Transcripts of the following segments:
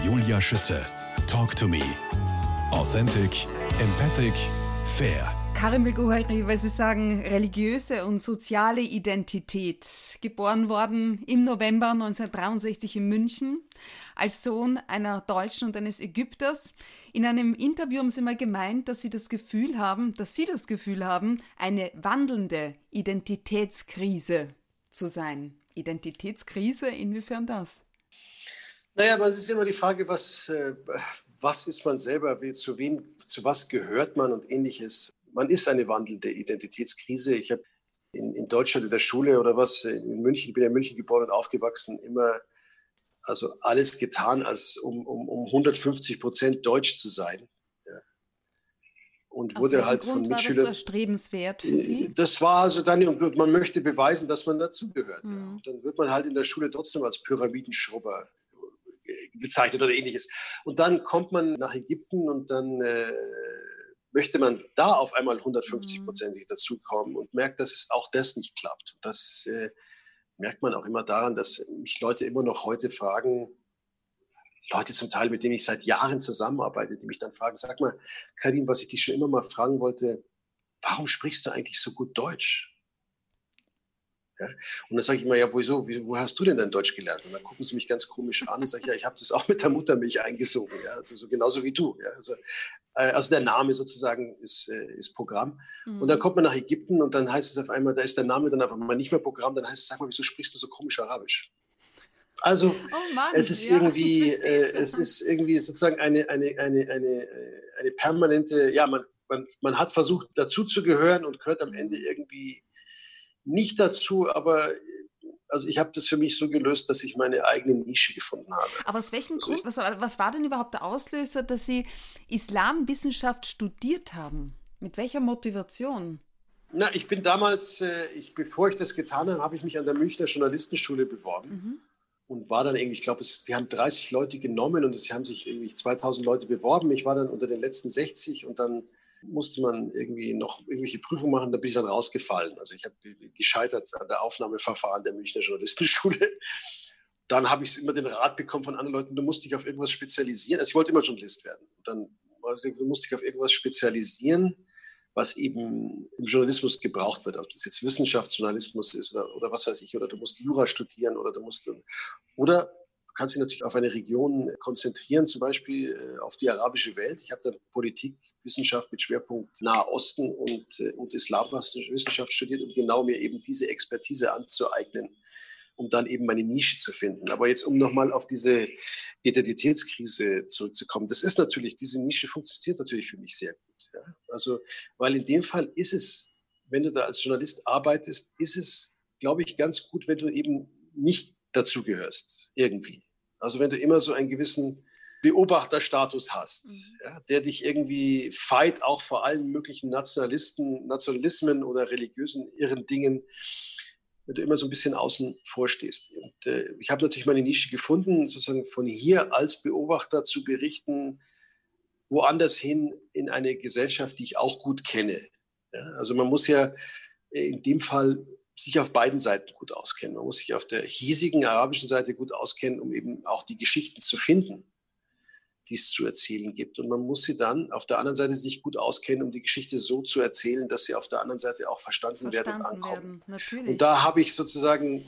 Julia Schütze. Talk to me. Authentic, empathic, fair. Karim El-Gohary, weil Sie sagen, religiöse und soziale Identität. Geboren worden im November 1963 in München, als Sohn einer Deutschen und eines Ägypters. In einem Interview haben Sie mal gemeint, dass Sie das Gefühl haben, eine wandelnde Identitätskrise zu sein. Identitätskrise, inwiefern das? Naja, aber es ist immer die Frage, was ist man selber, zu was gehört man und Ähnliches. Man ist eine wandelnde Identitätskrise. Ich habe in Deutschland in der Schule oder in München, ich bin ja in München geboren und aufgewachsen, immer alles getan, um 150% deutsch zu sein. Ja. Und wurde halt von Mitschülern. War das so erstrebenswert für Sie? Das war dann, und man möchte beweisen, dass man dazugehört. Ja. Und dann wird man halt in der Schule trotzdem als Pyramidenschrubber bezeichnet oder Ähnliches. Und dann kommt man nach Ägypten und dann möchte man da auf einmal 150%ig dazukommen und merkt, dass es auch das nicht klappt. Und das merkt man auch immer daran, dass mich Leute immer noch heute fragen, Leute zum Teil, mit denen ich seit Jahren zusammenarbeite, die mich dann fragen, sag mal, Karim, was ich dich schon immer mal fragen wollte, warum sprichst du eigentlich so gut Deutsch? Ja? Und dann sage ich immer, ja, wo hast du denn dein Deutsch gelernt? Und dann gucken sie mich ganz komisch an und sagen, ja, ich habe das auch mit der Muttermilch eingesogen, ja? Also so genauso wie du. Ja? Also der Name sozusagen ist Programm. Und dann kommt man nach Ägypten und dann heißt es auf einmal, da ist der Name dann einfach mal nicht mehr Programm, dann heißt es, sag mal, wieso sprichst du so komisch Arabisch? Also es ist irgendwie sozusagen eine permanente, ja, man hat versucht dazu zu gehören und gehört am Ende irgendwie nicht dazu, aber also ich habe das für mich so gelöst, dass ich meine eigene Nische gefunden habe. Aber aus welchem Grund, was war denn überhaupt der Auslöser, dass Sie Islamwissenschaft studiert haben? Mit welcher Motivation? Na, ich bin damals, bevor ich das getan habe, habe ich mich an der Münchner Journalistenschule beworben und war dann irgendwie, ich glaube, die haben 30 Leute genommen und es haben sich irgendwie 2000 Leute beworben. Ich war dann unter den letzten 60 und dann musste man irgendwie noch irgendwelche Prüfungen machen, da bin ich dann rausgefallen. Also ich habe gescheitert an der Aufnahmeverfahren der Münchner Journalistenschule. Dann habe ich immer den Rat bekommen von anderen Leuten, du musst dich auf irgendwas spezialisieren. Also ich wollte immer Journalist werden. Und dann du musst dich auf irgendwas spezialisieren, was eben im Journalismus gebraucht wird. Ob das jetzt Wissenschaftsjournalismus ist oder was weiß ich, oder du musst Jura studieren oder du kannst dich natürlich auf eine Region konzentrieren, zum Beispiel auf die arabische Welt. Ich habe dann Politikwissenschaft mit Schwerpunkt Nahe Osten und Islamwissenschaft studiert, um genau mir eben diese Expertise anzueignen, um dann eben meine Nische zu finden. Aber jetzt, um nochmal auf diese Identitätskrise zurückzukommen, diese Nische funktioniert natürlich für mich sehr gut. Ja? Also, weil in dem Fall ist es, wenn du da als Journalist arbeitest, ist es, glaube ich, ganz gut, wenn du eben nicht dazugehörst, irgendwie. Also wenn du immer so einen gewissen Beobachterstatus hast, ja, der dich irgendwie feit auch vor allen möglichen Nationalismen oder religiösen irren Dingen, wenn du immer so ein bisschen außen vor stehst. Und ich habe natürlich meine Nische gefunden, sozusagen von hier als Beobachter zu berichten, woanders hin in eine Gesellschaft, die ich auch gut kenne. Ja, also man muss ja in dem Fall sich auf beiden Seiten gut auskennen. Man muss sich auf der hiesigen arabischen Seite gut auskennen, um eben auch die Geschichten zu finden, die es zu erzählen gibt. Und man muss sie dann auf der anderen Seite sich gut auskennen, um die Geschichte so zu erzählen, dass sie auf der anderen Seite auch verstanden werden und ankommen. Natürlich. Und da habe ich sozusagen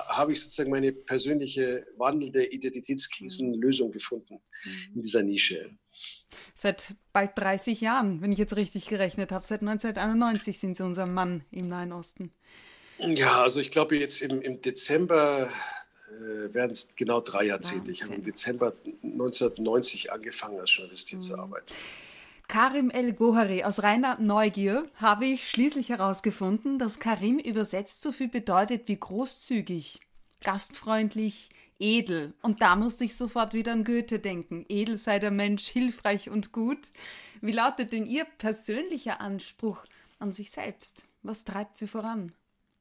meine persönliche wandelnde Identitätskrisenlösung gefunden in dieser Nische. Seit bald 30 Jahren, wenn ich jetzt richtig gerechnet habe. Seit 1991 sind Sie unser Mann im Nahen Osten. Ja, also ich glaube jetzt im Dezember werden es genau 3 Jahrzehnte. Ich habe im Dezember 1990 angefangen, als Journalist hier zu arbeiten. Karim El-Gohary, aus reiner Neugier habe ich schließlich herausgefunden, dass Karim übersetzt so viel bedeutet wie großzügig, gastfreundlich, edel. Und da musste ich sofort wieder an Goethe denken. Edel sei der Mensch, hilfreich und gut. Wie lautet denn Ihr persönlicher Anspruch an sich selbst? Was treibt Sie voran?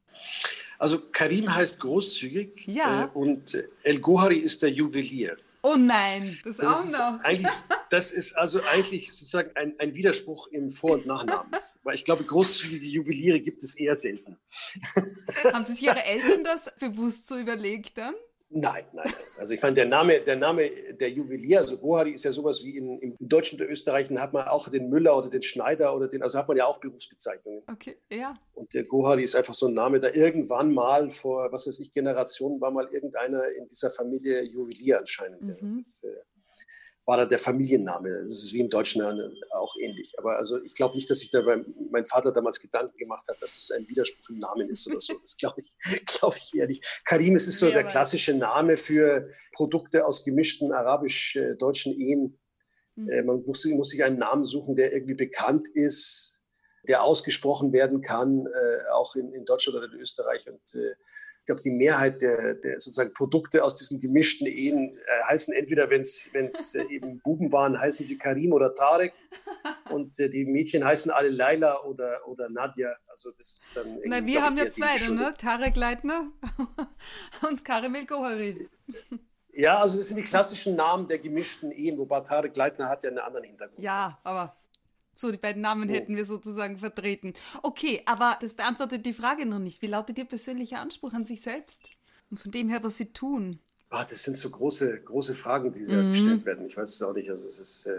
Also Karim heißt großzügig, ja. Und El-Gohary ist der Juwelier. Oh nein, das auch noch. Das ist also eigentlich sozusagen ein Widerspruch im Vor- und Nachnamen. Weil ich glaube, großzügige Juweliere gibt es eher selten. Haben sich Ihre Eltern das bewusst so überlegt dann? Nein, nein, nein. Also ich meine, der Name der Juwelier, also Gohary ist ja sowas wie im Deutschen und Österreichischen hat man auch den Müller oder den Schneider also hat man ja auch Berufsbezeichnungen. Okay, ja. Und der Gohary ist einfach so ein Name, da irgendwann mal vor, was weiß ich, Generationen war mal irgendeiner in dieser Familie Juwelier anscheinend. Mhm. Das war dann der Familienname. Das ist wie im Deutschen auch ähnlich. Aber also ich glaube nicht, dass sich da mein Vater damals Gedanken gemacht hat, dass das ein Widerspruch im Namen ist oder so. Das glaube ich eher nicht. Karim, es ist so der klassische Name für Produkte aus gemischten arabisch-deutschen Ehen. Man muss sich einen Namen suchen, der irgendwie bekannt ist, der ausgesprochen werden kann, auch in Deutschland oder in Österreich. Und ich glaube, die Mehrheit der sozusagen Produkte aus diesen gemischten Ehen heißen entweder, wenn es eben Buben waren, heißen sie Karim oder Tarek. Und die Mädchen heißen alle Laila oder Nadja. Also das ist dann Na, wir haben ja zwei, ne? Tarek Leitner und Karim El-Gohary. Ja, also das sind die klassischen Namen der gemischten Ehen, wobei Tarek Leitner hat ja einen anderen Hintergrund. Ja, aber so, die beiden Namen hätten wir sozusagen vertreten. Okay, aber das beantwortet die Frage noch nicht. Wie lautet Ihr persönlicher Anspruch an sich selbst? Und von dem her, was Sie tun? Das sind so große Fragen, die da gestellt werden. Ich weiß es auch nicht. Also es ist,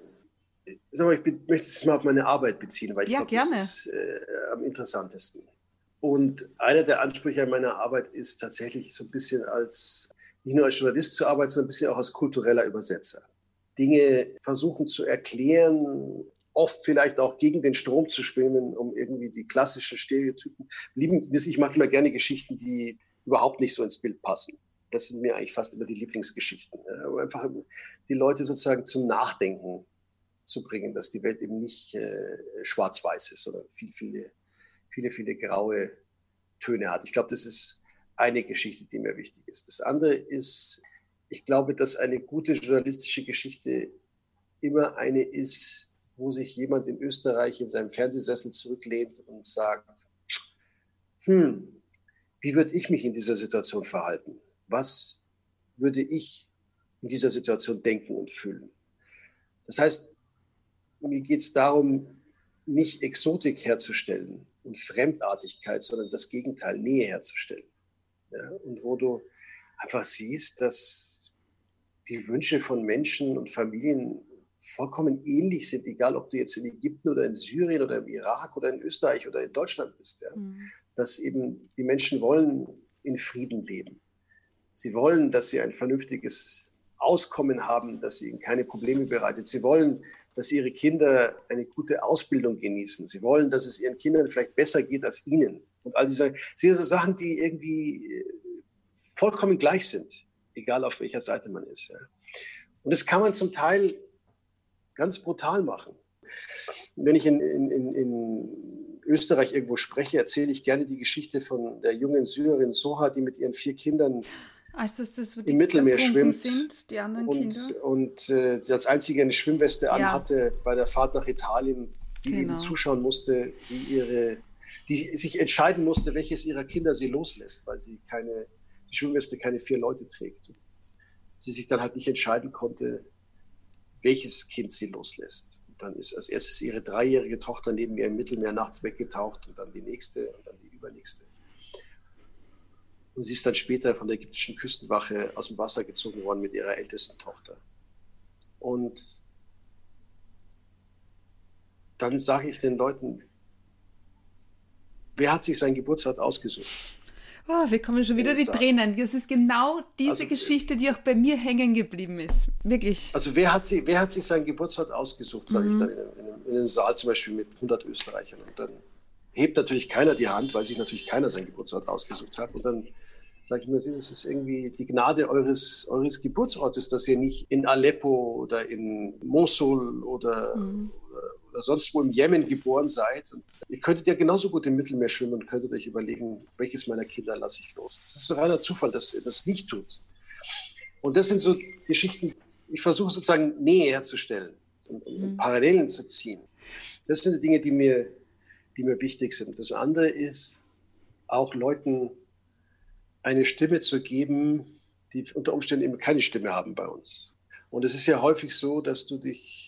ich möchte es mal auf meine Arbeit beziehen, weil ich glaube, das ist am interessantesten. Und einer der Ansprüche an meiner Arbeit ist tatsächlich so ein bisschen nicht nur als Journalist zu arbeiten, sondern ein bisschen auch als kultureller Übersetzer. Dinge versuchen zu erklären, oft vielleicht auch gegen den Strom zu schwimmen, um irgendwie die klassischen Stereotypen. Ich mache immer gerne Geschichten, die überhaupt nicht so ins Bild passen. Das sind mir eigentlich fast immer die Lieblingsgeschichten. Um einfach die Leute sozusagen zum Nachdenken zu bringen, dass die Welt eben nicht schwarz-weiß ist, sondern viele graue Töne hat. Ich glaube, das ist eine Geschichte, die mir wichtig ist. Das andere ist, ich glaube, dass eine gute journalistische Geschichte immer eine ist, wo sich jemand in Österreich in seinem Fernsehsessel zurücklehnt und sagt, wie würde ich mich in dieser Situation verhalten? Was würde ich in dieser Situation denken und fühlen? Das heißt, mir geht es darum, nicht Exotik herzustellen und Fremdartigkeit, sondern das Gegenteil, Nähe herzustellen. Ja, und wo du einfach siehst, dass die Wünsche von Menschen und Familien vollkommen ähnlich sind, egal ob du jetzt in Ägypten oder in Syrien oder im Irak oder in Österreich oder in Deutschland bist. Ja? Dass eben die Menschen wollen in Frieden leben. Sie wollen, dass sie ein vernünftiges Auskommen haben, dass sie ihnen keine Probleme bereitet. Sie wollen, dass ihre Kinder eine gute Ausbildung genießen. Sie wollen, dass es ihren Kindern vielleicht besser geht als ihnen. Und all diese sind so Sachen, die irgendwie vollkommen gleich sind, egal auf welcher Seite man ist. Ja. Und das kann man zum Teil ganz brutal machen. Wenn ich in Österreich irgendwo spreche, erzähle ich gerne die Geschichte von der jungen Syrerin Soha, die mit ihren 4 Kindern im Mittelmeer schwimmt sind, die anderen Kinder. Und sie als einzige eine Schwimmweste anhatte bei der Fahrt nach Italien, die eben zuschauen musste, die sich entscheiden musste, welches ihrer Kinder sie loslässt, weil die Schwimmweste keine 4 Leute trägt. Und sie sich dann halt nicht entscheiden konnte, welches Kind sie loslässt. Und dann ist als erstes ihre 3-jährige Tochter neben ihr im Mittelmeer nachts weggetaucht und dann die nächste und dann die übernächste. Und sie ist dann später von der ägyptischen Küstenwache aus dem Wasser gezogen worden mit ihrer ältesten Tochter. Und dann sage ich den Leuten, wer hat sich sein Geburtsort ausgesucht? Wir kommen schon wieder die Tränen. Das ist genau diese Geschichte, die auch bei mir hängen geblieben ist. Wirklich. Also wer hat sich seinen Geburtsort ausgesucht, sage ich dann in einem Saal zum Beispiel mit 100 Österreichern. Und dann hebt natürlich keiner die Hand, weil sich natürlich keiner seinen Geburtsort ausgesucht hat. Und dann sage ich mir, das ist irgendwie die Gnade eures Geburtsortes, dass ihr nicht in Aleppo oder in Mosul oder sonst wo im Jemen geboren seid. Und ihr könntet ja genauso gut im Mittelmeer schwimmen und könntet euch überlegen, welches meiner Kinder lasse ich los. Das ist so reiner Zufall, dass ihr das nicht tut. Und das sind so Geschichten, ich versuche sozusagen Nähe herzustellen und Parallelen zu ziehen. Das sind die Dinge, die mir wichtig sind. Das andere ist, auch Leuten eine Stimme zu geben, die unter Umständen eben keine Stimme haben bei uns. Und es ist ja häufig so, dass du dich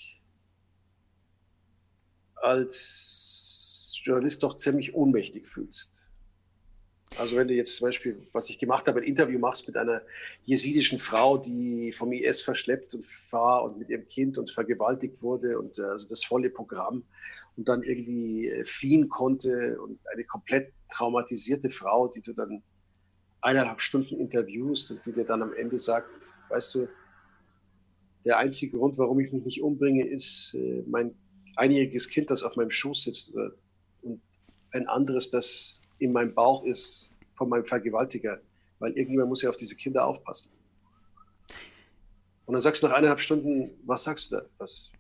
als Journalist doch ziemlich ohnmächtig fühlst. Also wenn du jetzt zum Beispiel, was ich gemacht habe, ein Interview machst mit einer jesidischen Frau, die vom IS verschleppt und war und mit ihrem Kind und vergewaltigt wurde und also das volle Programm und dann irgendwie fliehen konnte und eine komplett traumatisierte Frau, die du dann 1,5 Stunden interviewst und die dir dann am Ende sagt, weißt du, der einzige Grund, warum ich mich nicht umbringe, ist mein einjähriges Kind, das auf meinem Schoß sitzt und ein anderes, das in meinem Bauch ist von meinem Vergewaltiger, weil irgendjemand muss ja auf diese Kinder aufpassen. Und dann sagst du nach 1,5 Stunden, was sagst du da?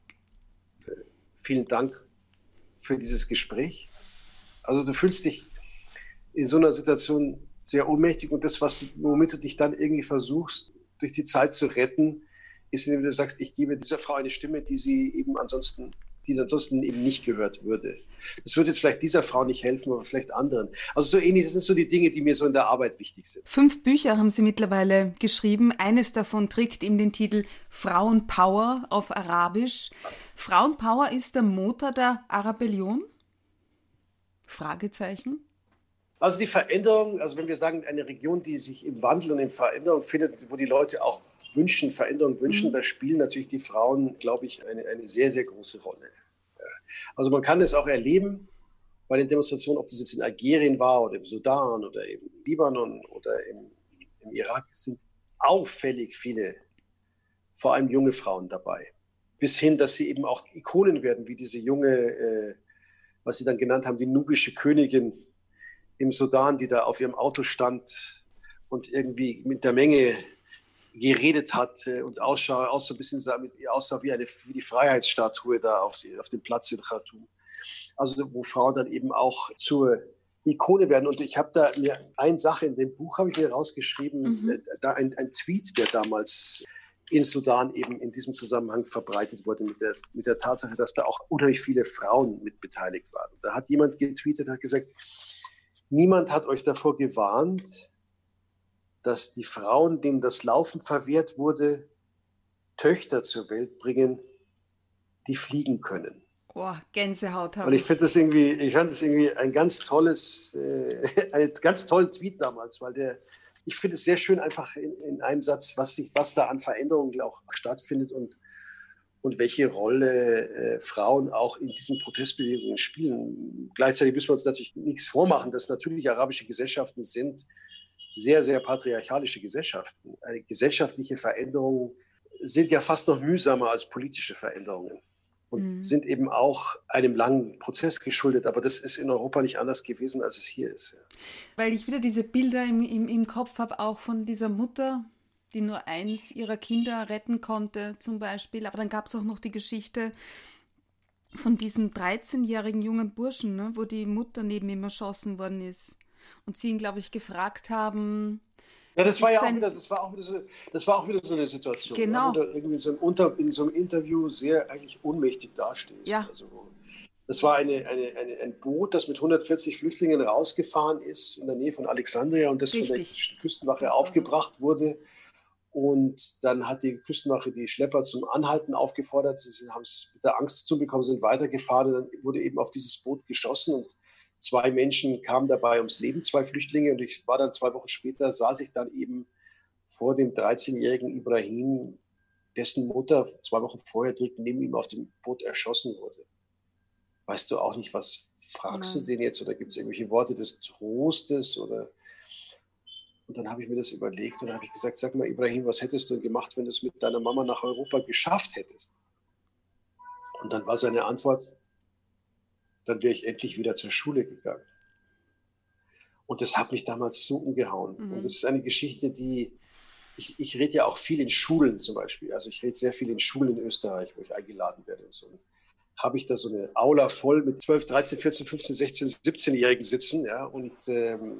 Vielen Dank für dieses Gespräch. Also du fühlst dich in so einer Situation sehr ohnmächtig und das, womit du dich dann irgendwie versuchst, durch die Zeit zu retten, ist, indem du sagst, ich gebe dieser Frau eine Stimme, die ansonsten eben nicht gehört würde. Das würde jetzt vielleicht dieser Frau nicht helfen, aber vielleicht anderen. Also so ähnlich, das sind so die Dinge, die mir so in der Arbeit wichtig sind. 5 Bücher haben Sie mittlerweile geschrieben. Eines davon trägt eben den Titel Frauenpower auf Arabisch. Frauenpower ist der Motor der Arabellion? Fragezeichen. Also die Veränderung, also wenn wir sagen, eine Region, die sich im Wandel und in Veränderung findet, wo die Leute auch Veränderung wünschen, da spielen natürlich die Frauen, glaube ich, eine sehr, sehr große Rolle. Also man kann es auch erleben bei den Demonstrationen, ob das jetzt in Algerien war oder im Sudan oder im Libanon oder im Irak, sind auffällig viele, vor allem junge Frauen dabei. Bis hin, dass sie eben auch Ikonen werden, wie diese junge, was sie dann genannt haben, die nubische Königin im Sudan, die da auf ihrem Auto stand und irgendwie mit der Menge geredet hat und aussah so ein bisschen aussah wie die Freiheitsstatue da auf dem Platz in Khartoum. Also wo Frauen dann eben auch zur Ikone werden. Und ich habe da mir eine Sache in dem Buch habe ich mir rausgeschrieben, da ein Tweet, der damals in Sudan eben in diesem Zusammenhang verbreitet wurde mit der Tatsache, dass da auch unheimlich viele Frauen mit beteiligt waren. Da hat jemand getweetet, hat gesagt, niemand hat euch davor gewarnt, dass die Frauen, denen das Laufen verwehrt wurde, Töchter zur Welt bringen, die fliegen können. Boah, Gänsehaut habe Und ich fand das irgendwie ein ganz einen ganz tollen Tweet damals, weil ich finde es sehr schön einfach in einem Satz, was da an Veränderungen auch stattfindet und welche Rolle Frauen auch in diesen Protestbewegungen spielen. Gleichzeitig müssen wir uns natürlich nichts vormachen, dass natürlich arabische Gesellschaften sind sehr, sehr patriarchalische Gesellschaften. Eine gesellschaftliche Veränderung sind ja fast noch mühsamer als politische Veränderungen und sind eben auch einem langen Prozess geschuldet. Aber das ist in Europa nicht anders gewesen, als es hier ist. Weil ich wieder diese Bilder im Kopf habe, auch von dieser Mutter, die nur eins ihrer Kinder retten konnte zum Beispiel. Aber dann gab es auch noch die Geschichte von diesem 13-jährigen jungen Burschen, ne, wo die Mutter neben ihm erschossen worden ist. Und sie ihn, glaube ich, gefragt haben. Ja, das war auch wieder so eine Situation. Genau. Ja, wo du irgendwie in so einem Interview sehr eigentlich ohnmächtig dastehst. Ja. Also, das war ein Boot, das mit 140 Flüchtlingen rausgefahren ist in der Nähe von Alexandria und das von der Küstenwache aufgebracht wurde. Und dann hat die Küstenwache die Schlepper zum Anhalten aufgefordert. Sie haben es mit der Angst zubekommen, sind weitergefahren und dann wurde eben auf dieses Boot geschossen und 2 Menschen kamen dabei ums Leben, 2 Flüchtlinge. Und ich war dann 2 Wochen später, saß ich dann eben vor dem 13-jährigen Ibrahim, dessen Mutter 2 Wochen vorher direkt neben ihm auf dem Boot erschossen wurde. Weißt du auch nicht, was fragst du den jetzt? Oder gibt es irgendwelche Worte des Trostes? Und dann habe ich mir das überlegt und habe ich gesagt, sag mal Ibrahim, was hättest du denn gemacht, wenn du es mit deiner Mama nach Europa geschafft hättest? Und dann war seine Antwort, dann wäre ich endlich wieder zur Schule gegangen. Und das hat mich damals so umgehauen. Und das ist eine Geschichte, die, ich rede ja auch viel in Schulen zum Beispiel. Also ich rede sehr viel in Schulen in Österreich, wo ich eingeladen werde. Und so habe ich da so eine Aula voll mit 12, 13, 14, 15, 16, 17-Jährigen sitzen. Ja? Und wenn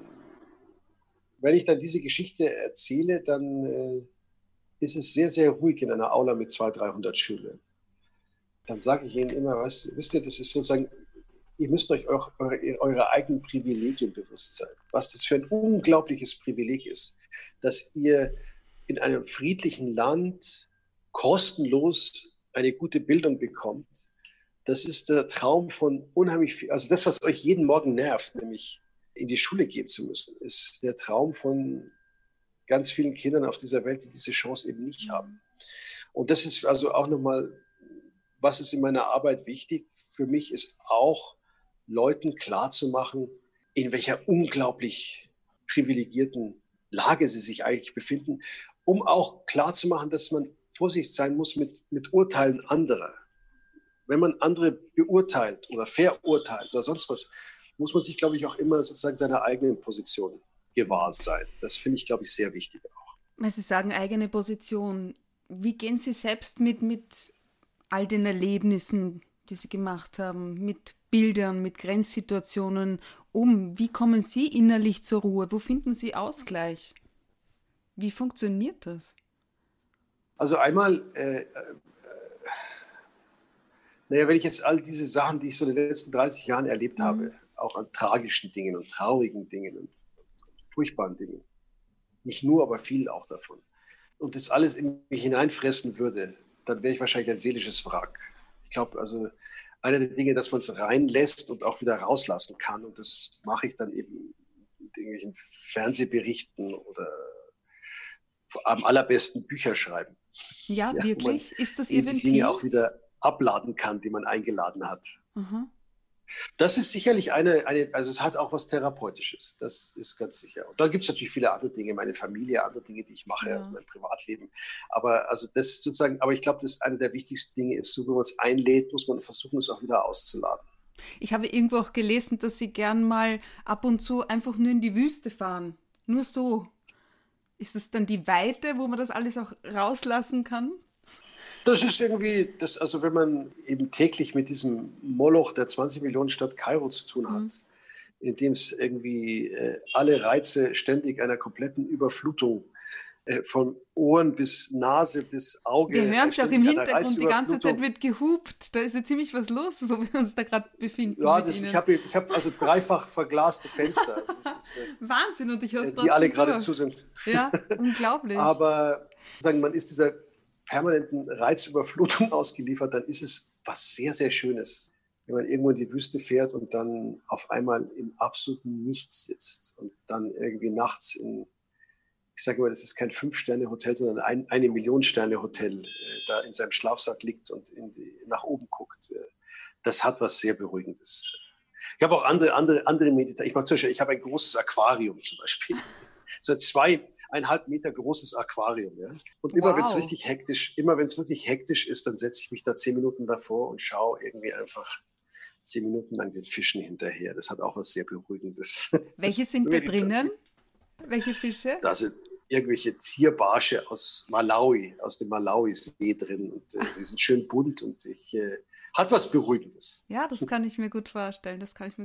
ich dann diese Geschichte erzähle, dann ist es sehr, sehr ruhig in einer Aula mit 200, 300 Schülern. Dann sage ich ihnen immer, wisst ihr, das ist sozusagen, ihr müsst euch auch eure eigenen Privilegien bewusst sein. Was das für ein unglaubliches Privileg ist, dass ihr in einem friedlichen Land kostenlos eine gute Bildung bekommt. Das ist der Traum von unheimlich viel, also das, was euch jeden Morgen nervt, nämlich in die Schule gehen zu müssen, ist der Traum von ganz vielen Kindern auf dieser Welt, die diese Chance eben nicht haben. Und das ist also auch nochmal, was ist in meiner Arbeit wichtig? Für mich ist auch, Leuten klarzumachen, in welcher unglaublich privilegierten Lage sie sich eigentlich befinden, um auch klarzumachen, dass man vorsichtig sein muss mit Urteilen anderer. Wenn man andere beurteilt oder verurteilt oder sonst was, muss man sich, glaube ich, auch immer sozusagen seiner eigenen Position gewahr sein. Das finde ich, glaube ich, sehr wichtig auch. Weil Sie sagen, eigene Position. Wie gehen Sie selbst mit all den Erlebnissen, die Sie gemacht haben, mit Bildern, mit Grenzsituationen um? Wie kommen Sie innerlich zur Ruhe? Wo finden Sie Ausgleich? Wie funktioniert das? Also einmal, wenn ich jetzt all diese Sachen, die ich so in den letzten 30 Jahren erlebt habe, auch an tragischen Dingen und traurigen Dingen und furchtbaren Dingen, nicht nur, aber viel auch davon, und das alles in mich hineinfressen würde, dann wäre ich wahrscheinlich ein seelisches Wrack. Ich glaube, also einer der Dinge, dass man es reinlässt und auch wieder rauslassen kann, und das mache ich dann eben mit irgendwelchen Fernsehberichten oder am allerbesten Bücher schreiben. Ja, wirklich? Ist das Ihr Ventil? Die Dinge auch wieder abladen kann, die man eingeladen hat. Mhm. Das ist sicherlich also es hat auch was Therapeutisches, das ist ganz sicher. Und da gibt es natürlich viele andere Dinge, meine Familie, andere Dinge, die ich mache, also mein Privatleben. Aber also das sozusagen, aber ich glaube, das eine der wichtigsten Dinge ist, so wenn man es einlädt, muss man versuchen, es auch wieder auszuladen. Ich habe irgendwo auch gelesen, dass Sie gern mal ab und zu einfach nur in die Wüste fahren. Nur so. Ist es dann die Weite, wo man das alles auch rauslassen kann? Das ist irgendwie, also wenn man eben täglich mit diesem Moloch der 20 Millionen Stadt Kairo zu tun hat, in dem es irgendwie alle Reize ständig einer kompletten Überflutung von Ohren bis Nase bis Auge. Wir hören es auch im Hintergrund, die ganze Zeit wird gehupt. Da ist ja ziemlich was los, wo wir uns da gerade befinden. Ja, ich hab also dreifach verglaste Fenster. Also das ist, Wahnsinn, und ich höre es die alle gerade zu sind. Ja, unglaublich. Aber sagen, man ist dieser permanenten Reizüberflutung ausgeliefert, dann ist es was sehr, sehr Schönes, wenn man irgendwo in die Wüste fährt und dann auf einmal im absoluten Nichts sitzt und dann irgendwie nachts ich sage immer, das ist kein 5-Sterne-Hotel, sondern ein 1-Million-Sterne-Hotel, da in seinem Schlafsack liegt und nach oben guckt. Das hat was sehr Beruhigendes. Ich habe auch andere Meditationen. Ich habe ein großes Aquarium zum Beispiel. So 2,5 Meter großes Aquarium. Ja? Und immer wenn es wirklich hektisch ist, dann setze ich mich da 10 Minuten davor und schaue irgendwie einfach 10 Minuten lang den Fischen hinterher. Das hat auch was sehr Beruhigendes. Welche sind da drinnen? Welche Fische? Da sind irgendwelche Zierbarsche aus Malawi, aus dem Malawi-See drin. Und die sind schön bunt und hat was Beruhigendes. Ja, das kann ich mir gut vorstellen.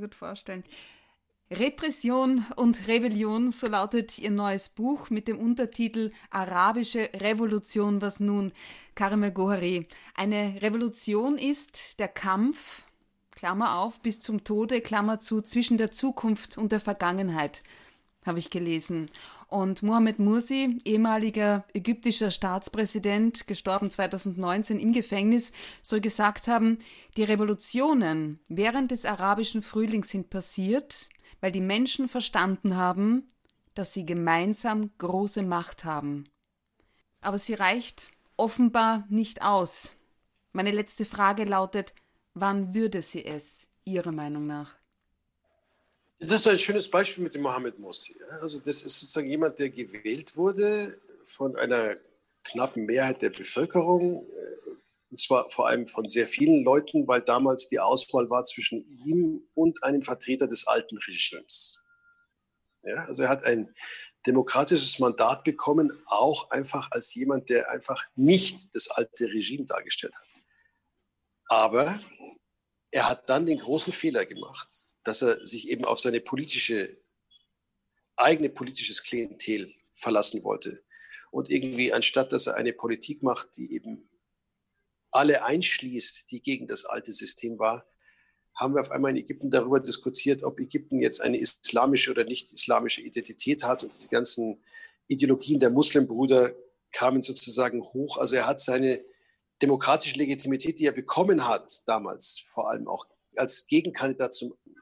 Repression und Rebellion, so lautet Ihr neues Buch mit dem Untertitel Arabische Revolution, was nun? Karim El-Gohary. Eine Revolution ist der Kampf, Klammer auf, bis zum Tode, Klammer zu, zwischen der Zukunft und der Vergangenheit, habe ich gelesen. Und Mohamed Mursi, ehemaliger ägyptischer Staatspräsident, gestorben 2019 im Gefängnis, soll gesagt haben, die Revolutionen während des arabischen Frühlings sind passiert, weil die Menschen verstanden haben, dass sie gemeinsam große Macht haben. Aber sie reicht offenbar nicht aus. Meine letzte Frage lautet, wann würde sie es, Ihrer Meinung nach? Das ist ein schönes Beispiel mit dem Mohamed Mursi. Also das ist sozusagen jemand, der gewählt wurde von einer knappen Mehrheit der Bevölkerung, und zwar vor allem von sehr vielen Leuten, weil damals die Auswahl war zwischen ihm und einem Vertreter des alten Regimes. Ja, also er hat ein demokratisches Mandat bekommen, auch einfach als jemand, der einfach nicht das alte Regime dargestellt hat. Aber er hat dann den großen Fehler gemacht, dass er sich eben auf seine eigene politisches Klientel verlassen wollte. Und irgendwie, anstatt dass er eine Politik macht, die eben alle einschließt, die gegen das alte System war, haben wir auf einmal in Ägypten darüber diskutiert, ob Ägypten jetzt eine islamische oder nicht islamische Identität hat. Und diese ganzen Ideologien der Muslimbrüder kamen sozusagen hoch. Also er hat seine demokratische Legitimität, die er bekommen hat damals, vor allem auch als Gegenkandidat zum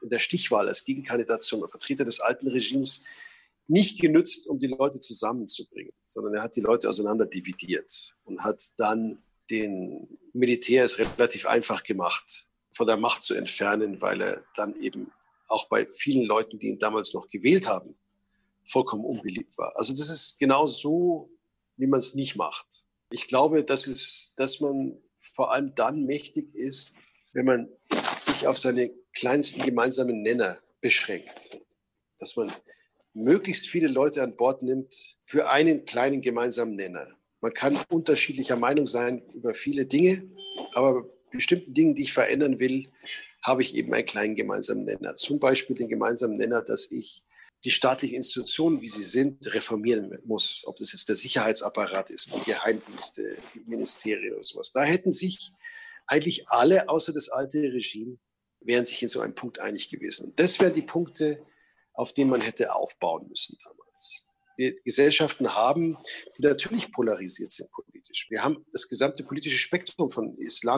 in der Stichwahl als Gegenkandidatur Vertreter des alten Regimes nicht genützt, um die Leute zusammenzubringen, sondern er hat die Leute auseinander dividiert und hat dann den Militär es relativ einfach gemacht, von der Macht zu entfernen, weil er dann eben auch bei vielen Leuten, die ihn damals noch gewählt haben, vollkommen unbeliebt war. Also das ist genau so, wie man es nicht macht. Ich glaube, dass man vor allem dann mächtig ist, wenn man sich auf seine kleinsten gemeinsamen Nenner beschränkt. Dass man möglichst viele Leute an Bord nimmt für einen kleinen gemeinsamen Nenner. Man kann unterschiedlicher Meinung sein über viele Dinge, aber bei bestimmten Dingen, die ich verändern will, habe ich eben einen kleinen gemeinsamen Nenner. Zum Beispiel den gemeinsamen Nenner, dass ich die staatlichen Institutionen, wie sie sind, reformieren muss. Ob das jetzt der Sicherheitsapparat ist, die Geheimdienste, die Ministerien oder sowas. Da hätten sich eigentlich alle, außer das alte Regime, wären sich in so einem Punkt einig gewesen. Und das wären die Punkte, auf denen man hätte aufbauen müssen damals. Wir Gesellschaften haben, die natürlich polarisiert sind politisch. Wir haben das gesamte politische Spektrum von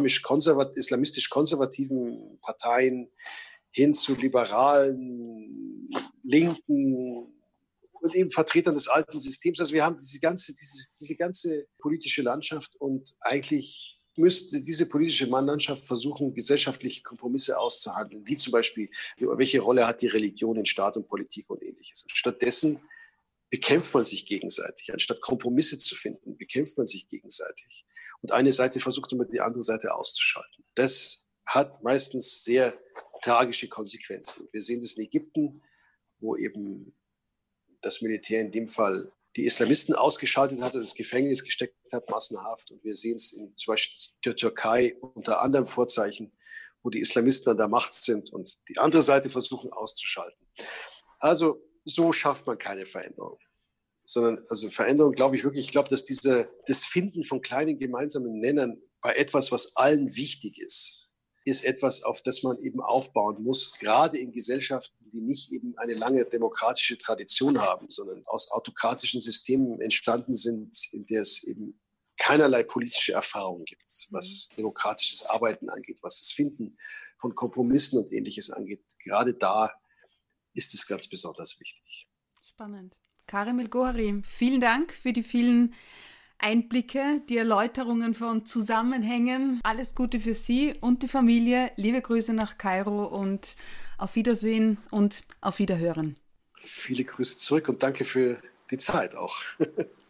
islamistisch-konservativen Parteien hin zu liberalen, linken und eben Vertretern des alten Systems. Also wir haben diese ganze politische Landschaft und eigentlich müsste diese politische Landschaft versuchen, gesellschaftliche Kompromisse auszuhandeln, wie zum Beispiel, welche Rolle hat die Religion in Staat und Politik und Ähnliches. Stattdessen bekämpft man sich gegenseitig. Anstatt Kompromisse zu finden, bekämpft man sich gegenseitig. Und eine Seite versucht immer, die andere Seite auszuschalten. Das hat meistens sehr tragische Konsequenzen. Wir sehen das in Ägypten, wo eben das Militär in dem Fall die Islamisten ausgeschaltet hat und ins Gefängnis gesteckt hat, massenhaft. Und wir sehen es zum Beispiel der Türkei unter anderem Vorzeichen, wo die Islamisten an der Macht sind und die andere Seite versuchen auszuschalten. Also so schafft man keine Veränderung. Sondern, also Veränderung glaube ich wirklich, ich glaube, dass das Finden von kleinen gemeinsamen Nennern bei etwas, was allen wichtig ist etwas, auf das man eben aufbauen muss, gerade in Gesellschaften, die nicht eben eine lange demokratische Tradition haben, sondern aus autokratischen Systemen entstanden sind, in der es eben keinerlei politische Erfahrung gibt, was demokratisches Arbeiten angeht, was das Finden von Kompromissen und Ähnliches angeht. Gerade da ist es ganz besonders wichtig. Spannend. Karim El-Gohary, vielen Dank für die vielen Einblicke, die Erläuterungen von Zusammenhängen. Alles Gute für Sie und die Familie. Liebe Grüße nach Kairo und auf Wiedersehen und auf Wiederhören. Viele Grüße zurück und danke für die Zeit auch.